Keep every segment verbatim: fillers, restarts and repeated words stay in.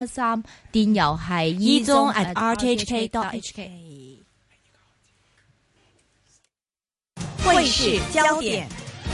三電郵係 e 中 at r t h k dot h k。 匯市焦點。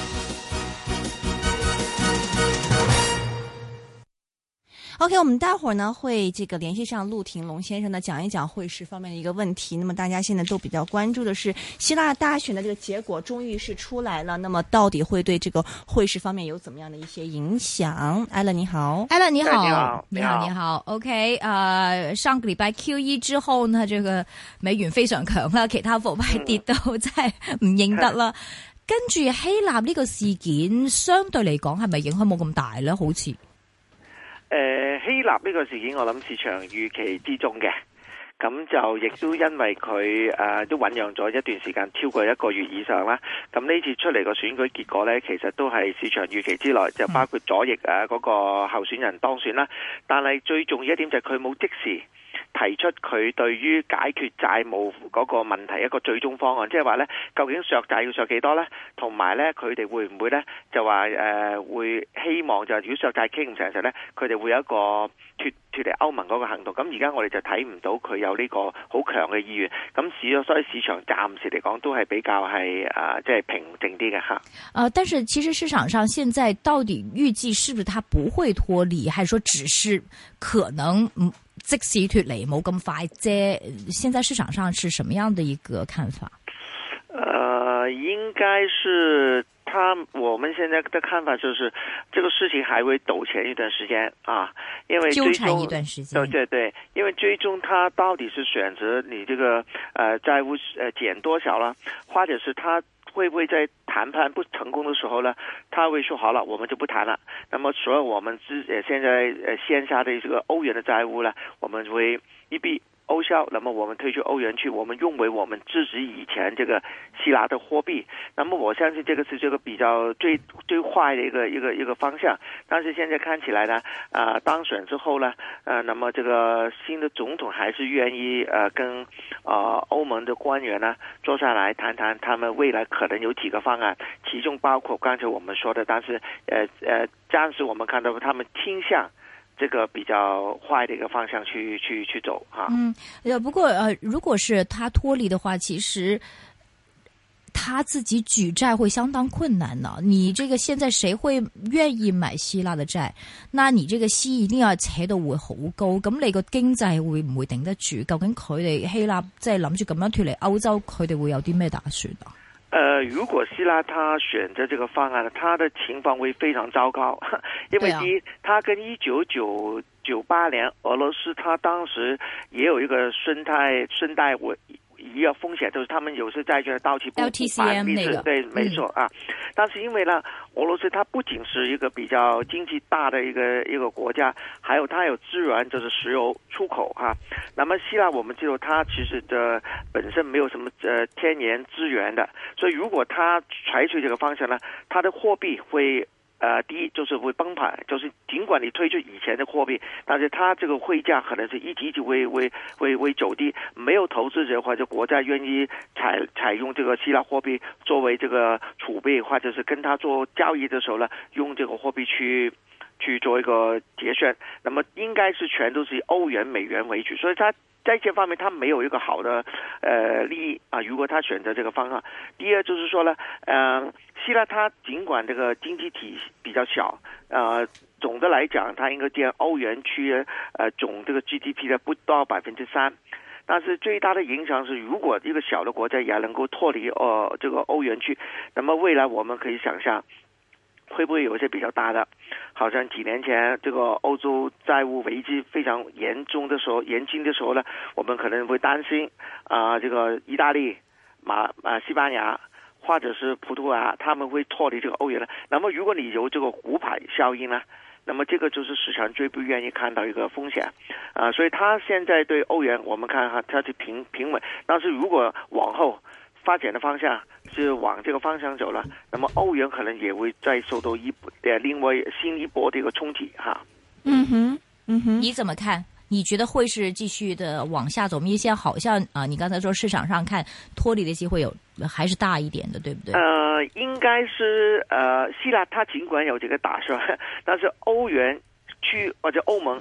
OK， 我們待會兒呢會這個聯繫上陸廷龍先生呢，講一講匯市方面的一個問題。那麼大家現在都比較關注的是希臘大選的這個結果終於是出來了，那麼到底會對這個匯市方面有怎麼樣的一些影響？艾倫你好， 艾倫你好， 你好， 你好，你好。OK， 呃，上個禮拜 Q E 之後呢，這個美元非常強啦，其他貨幣跌到真係唔認得啦。跟住希臘呢個事件相對嚟講係咪影響冇咁大呢？好似誒、呃，希臘呢個事件我諗市場預期之中嘅，咁就亦都因為佢誒、呃、都醞釀咗一段時間，超過一個月以上啦。咁呢次出嚟個選舉結果呢，其實都係市場預期之內，就包括左翼啊嗰個候選人當選啦。但係最重要一點就係佢冇即時提出佢對於解決債務嗰個問題一個最終方案，即係話呢，究竟削債要削幾多呢？同埋呢，佢哋會唔會呢？就話誒、呃、會希望就係如果削債傾唔成嘅時候呢，佢哋會有一個脫脫離歐盟嗰個行動。咁而家我哋就睇唔到佢有呢個好強嘅意願。咁市所以市場暫時嚟講都係比較係啊，即係平靜啲嘅嚇。 呃，但是其實市場上現在到底預計是不是它不會脫離，還是說只是可能嗯？即使脫離冇咁快啫，現在市場上是什麼樣的一個看法？ 呃，應該是他我們現在的看法就是，這個事情還會糾纏一段時間啊，因為糾纏一段時間。 對對對，因為最終他到底是選擇你這個呃債務呃減多少了，或者是他會不會在談判不成功的時候呢，他會說好了，我們就不談了。那麼所有我們之呃現在呃線下的這個歐元的債務呢，我們會一筆歐銷，那麼我們退出歐元區，我們用為我們自己以前這個希臘的貨幣。那麼我相信這個是這個比較最最壞的一個一個一個方向。但是現在看起來呢，啊、呃、當選之後呢，呃那麼這個新的總統還是願意呃跟啊、呃、歐盟的官員呢坐下來談談，他們未來可能有幾個方案，其中包括剛才我們說的，但是呃呃暫時我們看到他們傾向這個比較壞的一個方向去去去走哈。 嗯，不過呃，如果是他脫離的話，其實他自己舉債會相當困難呢。你這個現在誰會願意買希臘的債？那你這個息一定要扯到會好高，咁你個經濟會唔會頂得住？究竟佢哋希臘即係諗住咁樣脫離歐洲，佢哋會有啲咩打算啊？ 呃，如果希臘他選擇這個方案，他的情況會非常糟糕，因為第一，他跟一九九九八年俄羅斯，他當時也有一個順帶順帶我一個風險，就是他們有時債券到期不還， L T C M 那個，對，沒錯啊。嗯、但是因為呢，俄羅斯它不僅是一個比較經濟大的一個一個國家，還有它有資源，就是石油出口哈、啊。那麼希臘我們知道，它其實的本身沒有什麼呃天然資源的，所以如果它採取這個方向呢，它的貨幣會。呃，第一就是會崩盤，就是儘管你推出以前的貨幣，但是它這個匯價可能是一直一直會會會會走低，沒有投資者或者國家願意採採用這個希臘貨幣作為這個儲備，或者是跟它做交易的時候呢，用這個貨幣去去做一個結算，那麼應該是全都是以歐元、美元為主，所以它在這方面它沒有一個好的呃利益啊。如果他選擇這個方案，第二就是說呢，呃。希臘它儘管這個經濟體比較小，呃，總的來講，它應該佔歐元區呃總這個 G D P 的不到百分之三，但是最大的影響是，如果一個小的國家也能夠脫離呃這個歐元區，那麼未來我們可以想象，會不會有一些比較大的，好像幾年前這個歐洲債務危機非常嚴重的時候，嚴峻的時候呢，我們可能會擔心啊、呃，這個意大利、馬啊西班牙。或者是葡萄牙，他們會脫離這個歐元呢？那麼如果你有這個骨牌效應呢？那麼這個就是市場最不願意看到一個風險啊、呃，所以他現在對歐元，我們看哈，它是平平穩。但是如果往後發展的方向是往這個方向走了，那麼歐元可能也會再受到一呃另外新一波的一個衝擊哈。 嗯哼，嗯哼，你怎麼看？你覺得會是繼續的往下走？因為現在好像啊、呃，你剛才說市場上看脫離的機會有還是大一點的，對不對？ 呃，應該是呃，希臘它儘管有這個打算，但是歐元區或者歐盟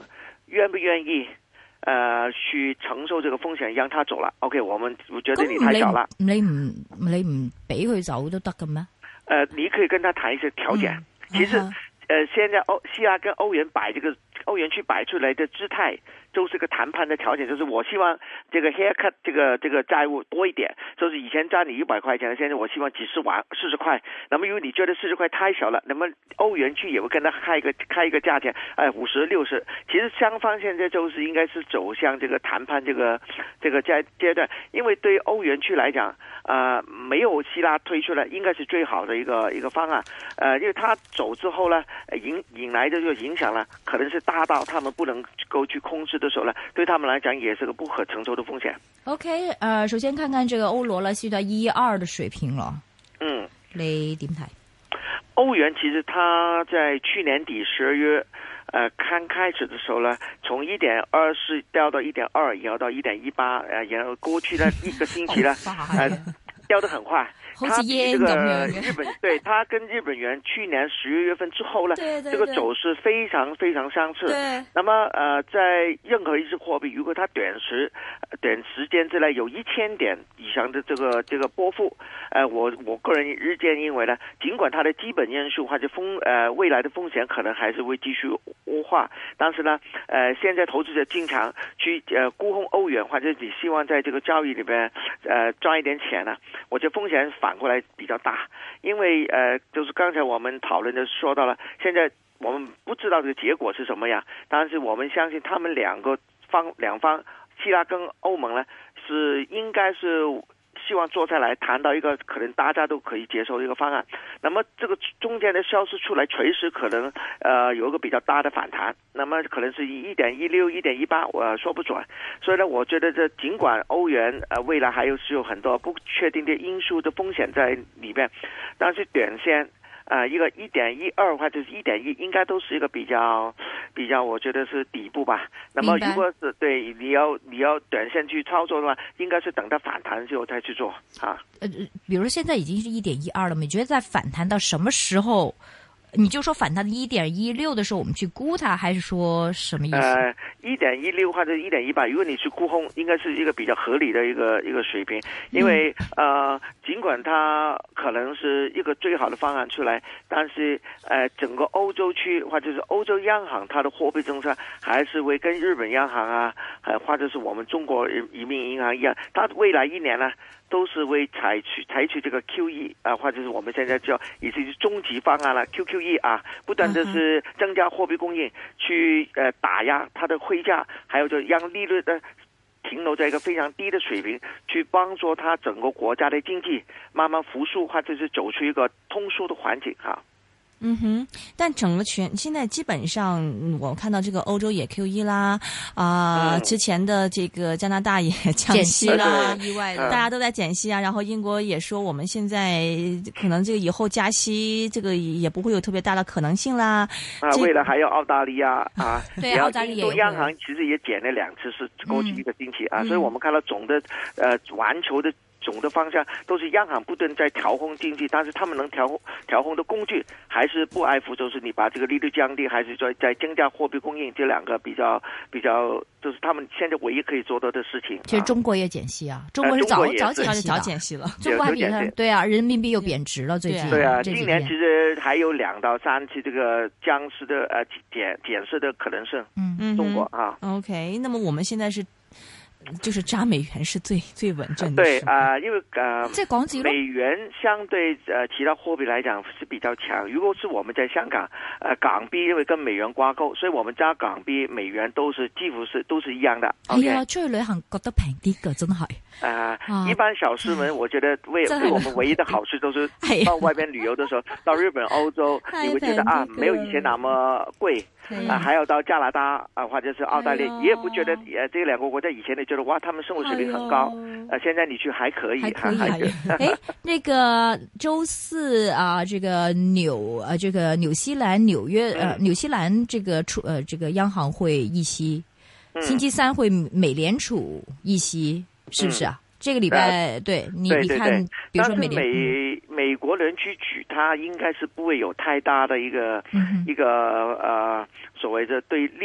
愿不愿意呃去承受这个风险让他走了 OK 我们我觉得你太少了你唔你唔俾佢走都得嘅咩？ 呃你可以跟他谈一些条件、嗯、其实、uh-huh. 呃现在欧希腊跟欧元摆这个欧元区摆出来的姿态都是个谈判的条件，就是我希望这个 haircut 这个这个债务多一点，就是以前占你一百块钱，现在我希望几十万四十块。那么如果你觉得四十块太少了，那么欧元区也会跟他开一个开一个价钱，哎，五十六十。其实双方现在就是应该是走向这个谈判这个这个阶阶段，因为对欧元区来讲，呃，没有希腊推出来应该是最好的一个一个方案。呃，因为他走之后呢，引引来的这个影响呢，可能是大到他们不能够去控制的时候呢，对他们来讲也是个不可承受的风险。 OK， 呃，首先看看这个欧罗了，去到一一二的水平了。 嗯， 你點睇？ 欧元其实它在去年底十二月，呃，刚开始的时候呢，从一点二四掉到一点二，然后到一点一八，呃，然后过去的一个星期呢，呃，掉得很快。 好似煙咁樣嘅， 日本对它跟日本元去年十月份之后呢， 對對對， 这个走势非常非常相似。 对， 那么呃，在任何一只货币，如果它短时短时间之内有一千点以上的这个这个波幅，呃，我我个人日渐认为呢，尽管它的基本因素或者风呃未来的风险可能还是会继续恶化，但是呢，呃，现在投资者经常去呃沽空欧元，或者你希望在这个交易里边呃赚一点钱呢，我觉得风险反过来比较大，因为呃，就是刚才我们讨论的说到了，现在我们不知道这个结果是什么样，但是我们相信他们两个方两方，希腊跟欧盟呢，是应该是希望坐下来谈到一个可能大家都可以接受的一个方案。那么这个中间的消息出来，随时可能呃有一个比较大的反弹，那么可能是一点一六、一点一八，我说不准。所以呢，我觉得这尽管欧元呃未来还有是有很多不确定的因素的风险在里面，但是短线。呃，一个一点一二或者是一点一，应该都是一个比较比较，我觉得是底部吧。那么如果是对你要你要短线去操作的话，应该是等到反弹之后再去做啊。 呃，比如说现在已经是一点一二了，你觉得在反弹到什么时候？你就说反弹的一点一六的时候，我们去估它，还是说什么意思？ 呃，一点一六或者一点一八，如果你去沽空，应该是一个比较合理的一个一个水平，因为、嗯、呃，尽管它可能是一个最好的方案出来，但是呃，整个欧洲区或者是欧洲央行，它的货币政策还是会跟日本央行啊，呃，或者是我们中国人民银行一样，它未来一年呢。都是会采取采取这个 Q E 啊、呃，或者是我们现在叫也是终极方案了 Q Q E 啊，不断的是增加货币供应，去呃打压它的汇价，还有就让利率的停留在一个非常低的水平，去帮助它整个国家的经济慢慢复苏，或者是走出一个通缩的环境啊。 嗯哼，但整个全现在基本上，我看到这个欧洲也 Q E 啦，啊、呃嗯，之前的这个加拿大也降息啦， 意外的， 大家都在减息啊。然后英国也说，我们现在可能这个以后加息，这个也不会有特别大的可能性啦。 啊，未来还有澳大利亚啊， 对，澳大利亚央行其实也减了两次，是过去一个星期、嗯、啊，所以我们看到总的呃环球的。总的方向都是央行不断在调控经济，但是他们能调调控的工具还是不外乎就是你把这个利率降低，还是在在增加货币供应，这两个比较比较就是他们现在唯一可以做到的事情。 其实中国也减息啊，中国是早、呃、早减息早减息了， 中国还比它对啊，人民币又贬值了最近。 对啊，今年其实还有两到三期这个降息的呃减减息的可能性。 嗯嗯， 中国啊。 OK， 那么我们现在是。就是扎美元是最最稳阵的。 对啊、呃，因为呃， 在港纸美元相对呃其他货币来讲是比较强。如果是我们在香港，呃，港币因为跟美元挂钩，所以我们加港币、美元都是几乎是都是一样的。 係啊，出去旅行覺得平啲㗎，真係。 啊、呃，一般小市民，我覺得為對我們唯一的好處都是到外邊旅遊的時候，到日本、歐洲，你會覺得啊，沒有以前那麼貴。啊，還有到加拿大啊，或者是澳大利亞，也不覺得呃這兩個國家以前你覺得哇，他們生活水平很高，呃，現在你去還可以， 還可以，還可以。誒，那個周四啊，這個紐呃這個紐西蘭紐約呃紐西蘭這個出呃這個央行會議息，星期三會美聯儲議息，是不是啊？這個禮拜對你你看，比如說美聯。 美國聯儲局，它應該是不會有太大的一個、嗯、一個呃所謂的對利率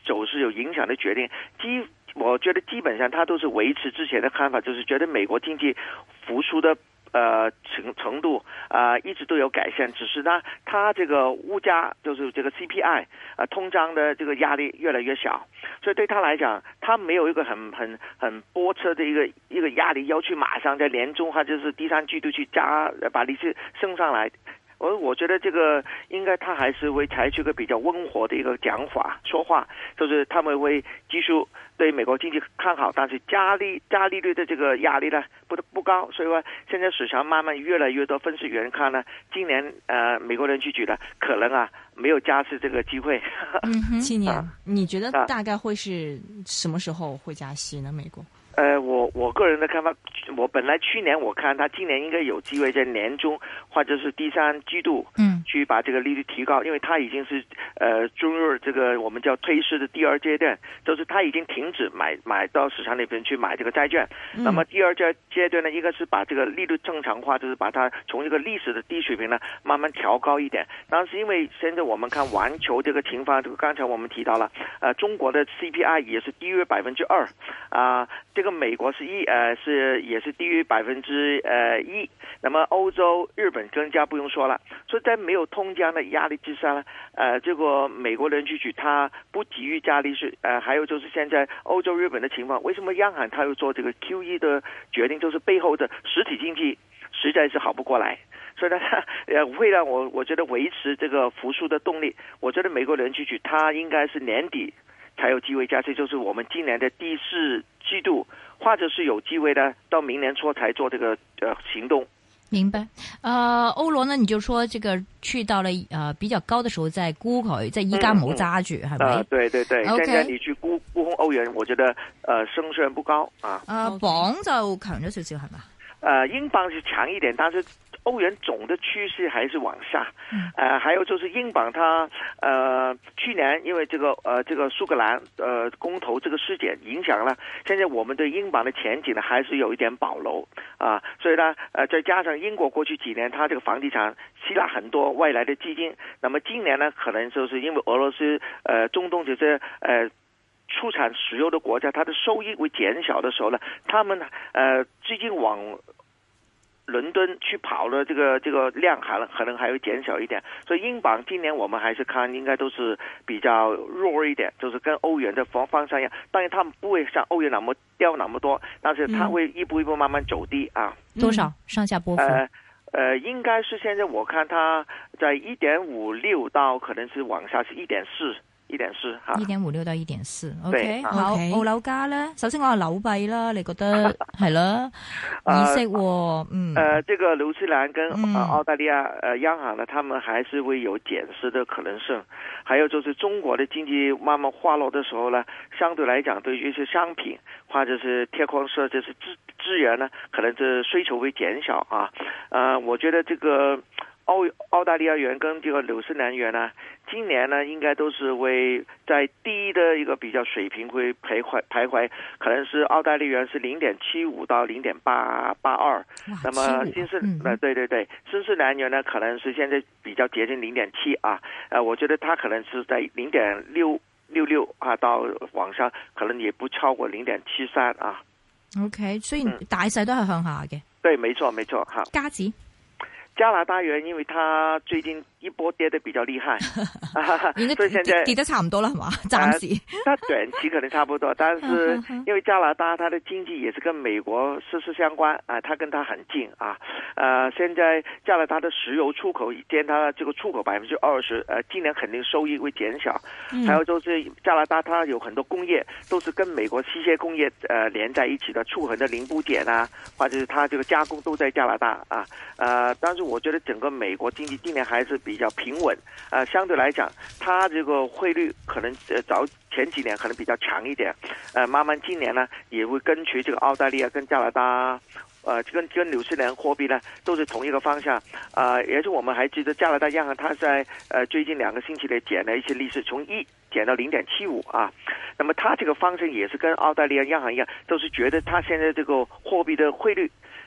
走势有影响的决定，基我觉得基本上它都是维持之前的看法，就是觉得美国经济复苏的呃程程度啊、呃、一直都有改善，只是呢它这个物价就是这个 C P I 啊、呃、通胀的这个压力越来越小，所以对他来讲，他没有一个很很很波车的一个一个压力，要去马上在年中或者是第三季度去加把利息升上来。我我觉得这个应该他还是会采取一个比较温和的一个讲法说话，就是他们会继续对美国经济看好，但是加利加利率的这个压力呢不不高，所以说现在市场慢慢越来越多分析员看呢，今年呃美国联储局呢可能啊没有加息这个机会。 嗯，今年、 啊、 你觉得大概会是什么时候会加息呢？美国？ 呃，我我个人的看法，我本来去年我看他今年应该有机会在年中或者是第三季度，嗯，去把这个利率提高，因为他已经是呃进入这个我们叫退市的第二阶段，就是他已经停止买买到市场那边去买这个债券。嗯、那么第二阶阶段呢，一个是把这个利率正常化，就是把它从这个历史的低水平呢慢慢调高一点。但是因为现在我们看环球这个情况，这个刚才我们提到了，呃，中国的 C P I 也是低于百分之二啊，这个。美国是一呃是也是低于百分之呃一，那么欧洲、日本更加不用说了。所以在没有通胀的压力之下呢，呃，这个美国联储局它不急于加利息，呃，还有就是现在欧洲、日本的情况，为什么央行它要做这个 Q E 的决定？就是背后的实体经济实在是好不过来。所以呢，呃，会让我我觉得维持这个复苏的动力。我觉得美国联储局它应该是年底才有机会加息，就是我们今年的第四季度，或者是有机会呢，到明年初才做这个呃行动。 明白。呃，歐羅呢，你就說這個去到了呃比較高的時候再沽佢，即係依家冇揸住，係咪？ 啊，對對對， okay. 現在你去沽沽空歐元，我覺得呃勝算不高啊。 啊，鎊就強咗少少，係嘛？ 呃，英鎊是強一點，但是歐元總的趨勢還是往下。呃，還有就是英鎊它呃去年因為這個呃這個蘇格蘭呃公投這個事件影響了，現在我們對英鎊的前景呢還是有一點保留啊，所以呢呃再加上英國過去幾年它這個房地產吸納很多外來的基金，那麼今年呢可能就是因為俄羅斯呃中東這些呃出產石油的國家，它的收益會減少的時候呢，他們呃資金往倫敦去跑的這個這個量還可能還會減少一點，所以英鎊今年我們還是看應該都是比較弱一點，就是跟歐元的方方向一樣，當然他們不會像歐元那麼掉那麼多，但是它會一步一步慢慢走低啊。 多少上下波幅？呃呃，應該是現在我看它在一點五六到可能是往下是一點四。一點四吓， 一點五六到一點四 ，OK，好。 Okay. 澳樓價咧，首先我係紐幣啦，你覺得係啦？意識，嗯， 呃，這個紐西蘭跟呃澳大利亞呃央行呢，他們還是會有減息的可能性。還有就是中國的經濟慢慢滑落的時候呢，相對來講對於一些商品或者是鐵礦石這些資資源呢，可能這需求會減少啊。呃，我覺得這個澳澳大利亞元跟這個紐西蘭元呢，今年呢應該都是會在低的一個比較水平會徘徊徘徊，可能是澳大利亞元是零點七五到零點八八二，那麼新西呃對對對，新西蘭元呢可能是現在比較接近零點七啊，呃，我覺得它可能是在零點六六六啊，到往上可能也不超過零點七三啊。 OK， 雖然大細都係向下嘅， 對，沒錯沒錯哈。 加紙。 加拿大元，因為它最近一波跌得比較厲害，所以現在跌得差唔多了，係嘛？暫時， 它短期可能差不多，但是因為加拿大它的經濟也是跟美國息息相關啊，它跟它很近啊。呃，現在加拿大的石油出口佔它這個出口百分之二十，呃，今年肯定收益會減少。還有就是加拿大它有很多工業都是跟美國機械工業呃連在一起的，出很多零部件啊，或者是它這個加工都在加拿大啊。呃，但是我覺得整個美國經濟今年還是比較平穩，呃，相對來講，它這個匯率可能呃早前幾年可能比較強一點，呃，慢慢今年呢也會跟隨這個澳大利亞跟加拿大，呃，跟跟紐西蘭貨幣呢都是同一個方向，呃，也是我們還記得加拿大央行它在呃最近兩個星期內減了一些利息，從一減到零點七五啊，那麼它這個方向也是跟澳大利亞央行一樣，都是覺得它現在這個貨幣的匯率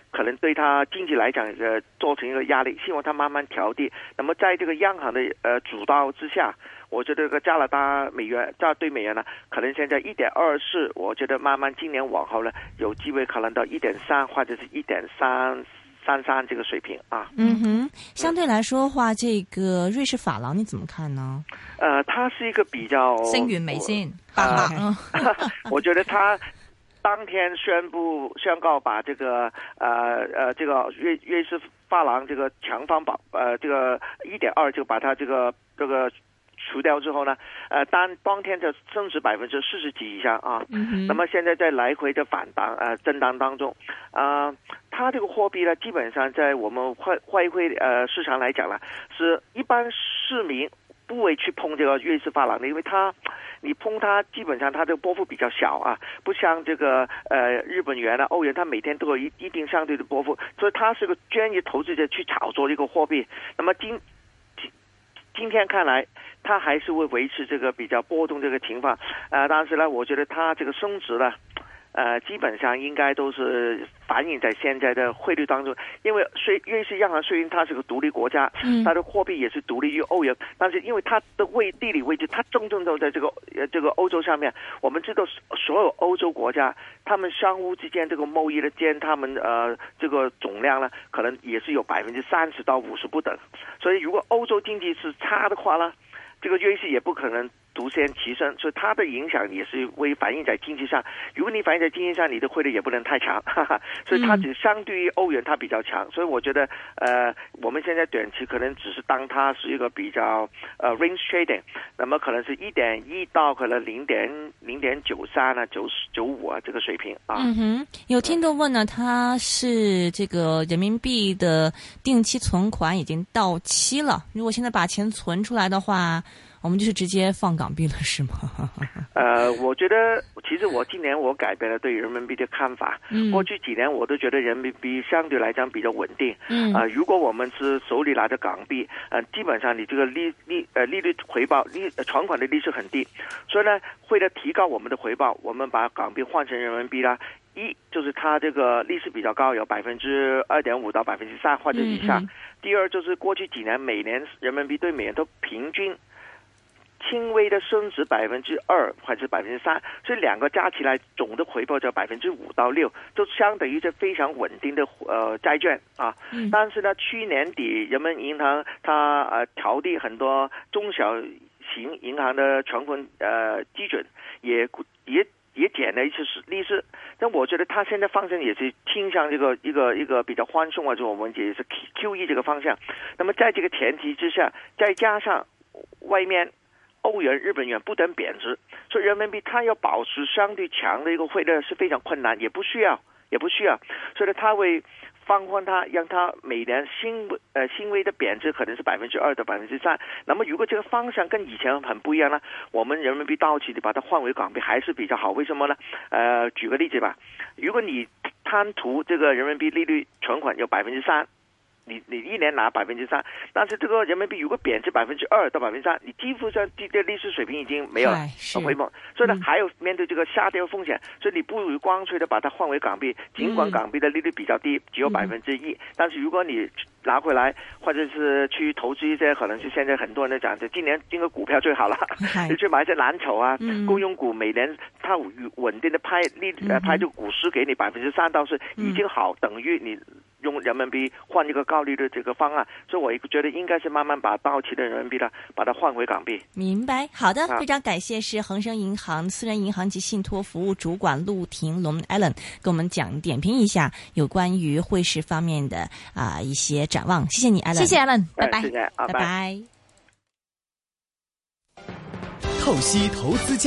可能对它经济来讲呃造成一个压力，希望它慢慢调低。那么在这个央行的呃主导之下，我觉得这个加拿大美元加对美元呢，可能现在一点二四，我觉得慢慢今年往后呢，有机会可能到一点三或者是一点三三三这个水平啊。 嗯哼，相对来说的话，这个瑞士法郎你怎么看呢？ 呃，它是一个比较升完未先？ 啊，我觉得它当天宣布宣告把这个呃呃这个瑞瑞士法郎这个强方保呃这个一点二就把它这个这个除掉之后呢，呃当当天就升值百分之四十几以上啊。 嗯、 那么现在在来回的反弹呃震荡当中啊、呃，它这个货币呢，基本上在我们外外汇呃市场来讲呢，是一般市民不会去碰这个瑞士法郎的，因为它你碰它基本上它这个波幅比较小啊，不像这个呃日本元啊欧元，它每天都有一一定相对的波幅，所以它是个专业投资者去炒作这个货币。那么今今今天看来，它还是会维持这个比较波动这个情况，呃，但是呢，我觉得它这个升值呢，呃，基本上应该都是反映在现在的汇率当中，因为虽瑞士央行虽然它是个独立国家， 嗯， 它的货币也是独立于欧元，但是因为它的位地理位置，它正正都在这个呃这个欧洲上面。我们知道所有欧洲国家，他们相互之间这个贸易的间，他们呃这个总量呢，可能也是有百分之三十到五十不等。所以如果欧洲经济是差的话呢，这个瑞士也不可能独善其身，所以它的影响也是会反映在经济上。如果你反映在经济上，你的汇率也不能太强，哈哈，所以它只相对于欧元它比较强。所以我觉得，呃，我们现在短期可能只是当它是一个比较呃 range trading， 那么可能是一点一到可能零点零点九三啊、九九五啊这个水平啊。 嗯哼，有听众问呢，他是这个人民币的定期存款已经到期了，如果现在把钱存出来的话，我们就是直接放港币了，是吗？ 呃，我觉得其实我今年我改变了对人民币的看法。嗯，过去几年我都觉得人民币相对来讲比较稳定。嗯，啊、呃，如果我们是手里拿着港币，呃，基本上你这个利利呃利率回报利存款的利息很低，所以呢，为了提高我们的回报，我们把港币换成人民币啦。一就是它这个利息比较高，有百分之二点五到百分之三或者以上。嗯嗯，第二就是过去几年每年人民币对美元都平均轻微的升值百分之二或者百分之三，所以两个加起来总的回报就百分之五到六，就相当于这非常稳定的呃债券啊。嗯、但是呢，去年底人民银行它呃调低很多中小型银行的存款呃基准，也也也减了一次利息。但我觉得它现在方向也是倾向这个一个一个比较宽松，或者我们也是 Q E 这个方向。那么在这个前提之下，再加上外面欧元、日本元不等贬值，所以人民币它要保持相对强的一个汇率是非常困难，也不需要，也不需要，所以呢，它会放宽它，让它每年轻呃轻微的贬值可能是百分之二到百分之三。那么如果这个方向跟以前很不一样呢，我们人民币到期你把它换为港币还是比较好。为什么呢？呃，举个例子吧，如果你贪图这个人民币利率存款有百分之三。你你一年拿百分之三，但是这个人民币如果贬值百分之二到百分之三，你几乎上这这利息水平已经没有了回报，所以呢、嗯、还有面对这个下跌的风险，所以你不如光脆的把它换为港币，尽管港币的利率比较低，只有百分之一，但是如果你拿回来或者是去投资一些，可能是现在很多人都讲，就今年这个股票最好了，你去买一些蓝筹啊、嗯、公用股，每年它稳定的派利呃派这个股息给你百分之三到四，已经好等于你用人民币换一个高利率的这个方案，所以我觉得应该是慢慢把到期的人民币呢，把它换回港币。 明白，好的，非常感谢是恒生银行私人银行及信托服务主管陆廷龙 Alan 跟我们讲点评一下有关于汇市方面的啊、呃、一些展望。谢谢你 Alan， 谢谢 Alan， 拜拜， 谢谢， 拜拜。 透析投资价